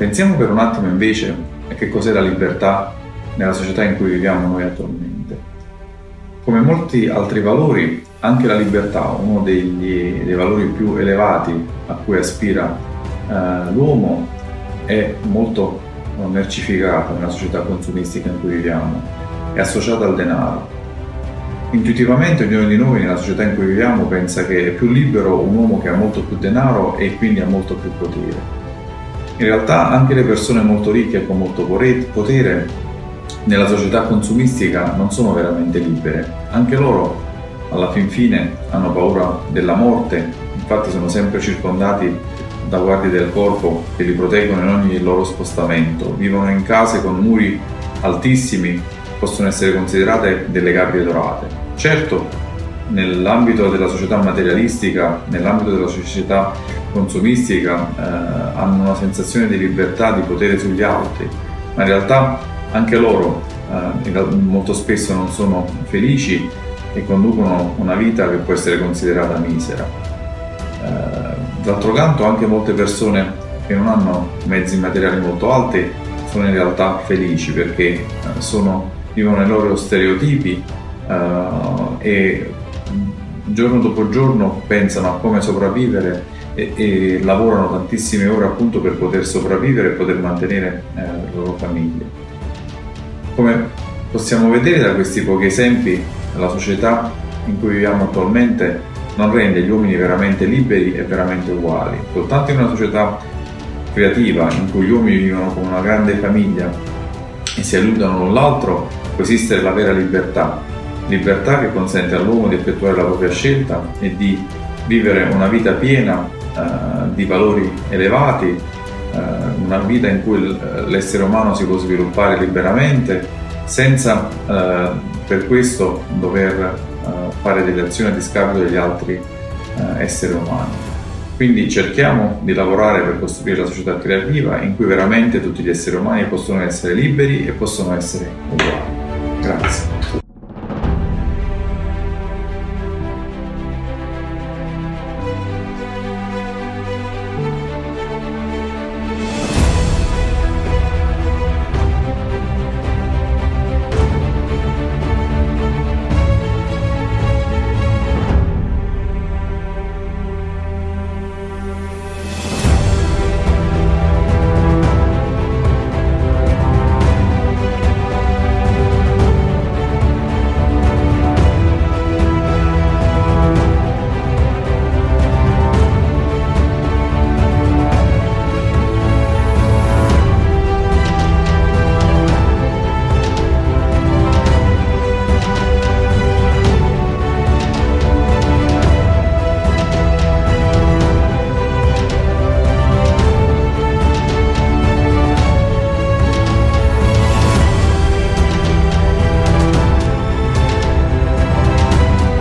Pensiamo per un attimo invece a che cos'è la libertà nella società in cui viviamo noi attualmente. Come molti altri valori, anche la libertà, uno dei valori più elevati a cui aspira l'uomo, è molto mercificata nella società consumistica in cui viviamo, è associata al denaro. Intuitivamente ognuno di noi nella società in cui viviamo pensa che è più libero un uomo che ha molto più denaro e quindi ha molto più potere. In realtà anche le persone molto ricche e con molto potere nella società consumistica non sono veramente libere. Anche loro alla fin fine hanno paura della morte, infatti sono sempre circondati da guardie del corpo che li proteggono in ogni loro spostamento, vivono in case con muri altissimi, possono essere considerate delle gabbie dorate. Certo, nell'ambito della società materialistica, nell'ambito della società consumistica, hanno una sensazione di libertà, di potere sugli altri, ma in realtà anche loro molto spesso non sono felici e conducono una vita che può essere considerata misera. D'altro canto anche molte persone che non hanno mezzi materiali molto alti sono in realtà felici perché vivono i loro stereotipi e giorno dopo giorno pensano a come sopravvivere e lavorano tantissime ore appunto per poter sopravvivere e poter mantenere le loro famiglie. Come possiamo vedere da questi pochi esempi, la società in cui viviamo attualmente non rende gli uomini veramente liberi e veramente uguali. Soltanto in una società creativa in cui gli uomini vivono come una grande famiglia e si aiutano l'un l'altro può esistere la vera libertà che consente all'uomo di effettuare la propria scelta e di vivere una vita piena di valori elevati, una vita in cui l'essere umano si può sviluppare liberamente senza per questo dover fare delle azioni a discapito degli altri esseri umani. Quindi cerchiamo di lavorare per costruire la società creativa in cui veramente tutti gli esseri umani possono essere liberi e possono essere uguali. Grazie.